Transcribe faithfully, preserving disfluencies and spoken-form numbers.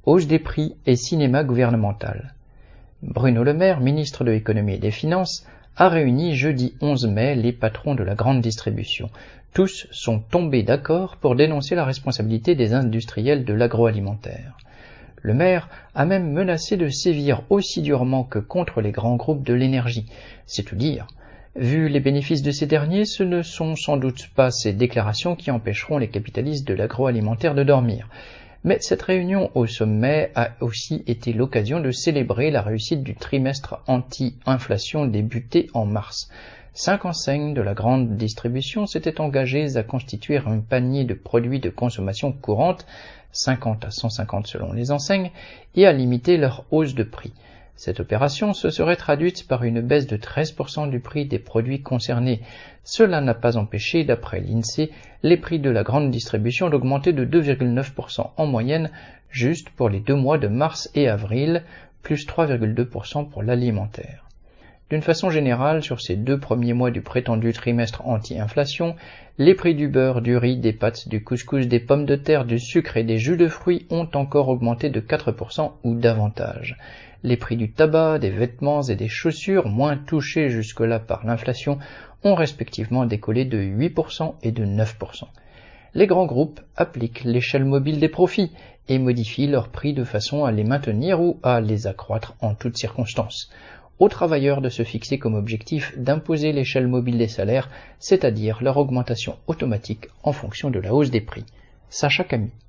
hausse des prix et cinéma gouvernemental. Bruno Le Maire, ministre de l'Économie et des Finances, a réuni jeudi onze mai les patrons de la grande distribution. Tous sont tombés d'accord pour dénoncer la responsabilité des industriels de l'agroalimentaire. Le maire a même menacé de sévir aussi durement que contre les grands groupes de l'énergie. C'est tout dire. Vu les bénéfices de ces derniers, ce ne sont sans doute pas ces déclarations qui empêcheront les capitalistes de l'agroalimentaire de dormir. Mais cette réunion au sommet a aussi été l'occasion de célébrer la réussite du trimestre anti-inflation débuté en mars. Cinq enseignes de la grande distribution s'étaient engagées à constituer un panier de produits de consommation courante, cinquante à cent cinquante selon les enseignes, et à limiter leur hausse de prix. Cette opération se serait traduite par une baisse de treize pour cent du prix des produits concernés. Cela n'a pas empêché, d'après l'INSEE, les prix de la grande distribution d'augmenter de deux virgule neuf pour cent en moyenne, juste pour les deux mois de mars et avril, plus trois virgule deux pour cent pour l'alimentaire. D'une façon générale, sur ces deux premiers mois du prétendu trimestre anti-inflation, les prix du beurre, du riz, des pâtes, du couscous, des pommes de terre, du sucre et des jus de fruits ont encore augmenté de quatre pour cent ou davantage. Les prix du tabac, des vêtements et des chaussures, moins touchés jusque-là par l'inflation, ont respectivement décollé de huit pour cent et de neuf pour cent. Les grands groupes appliquent l'échelle mobile des profits et modifient leurs prix de façon à les maintenir ou à les accroître en toutes circonstances. Aux travailleurs de se fixer comme objectif d'imposer l'échelle mobile des salaires, c'est-à-dire leur augmentation automatique en fonction de la hausse des prix. Sacha Camille.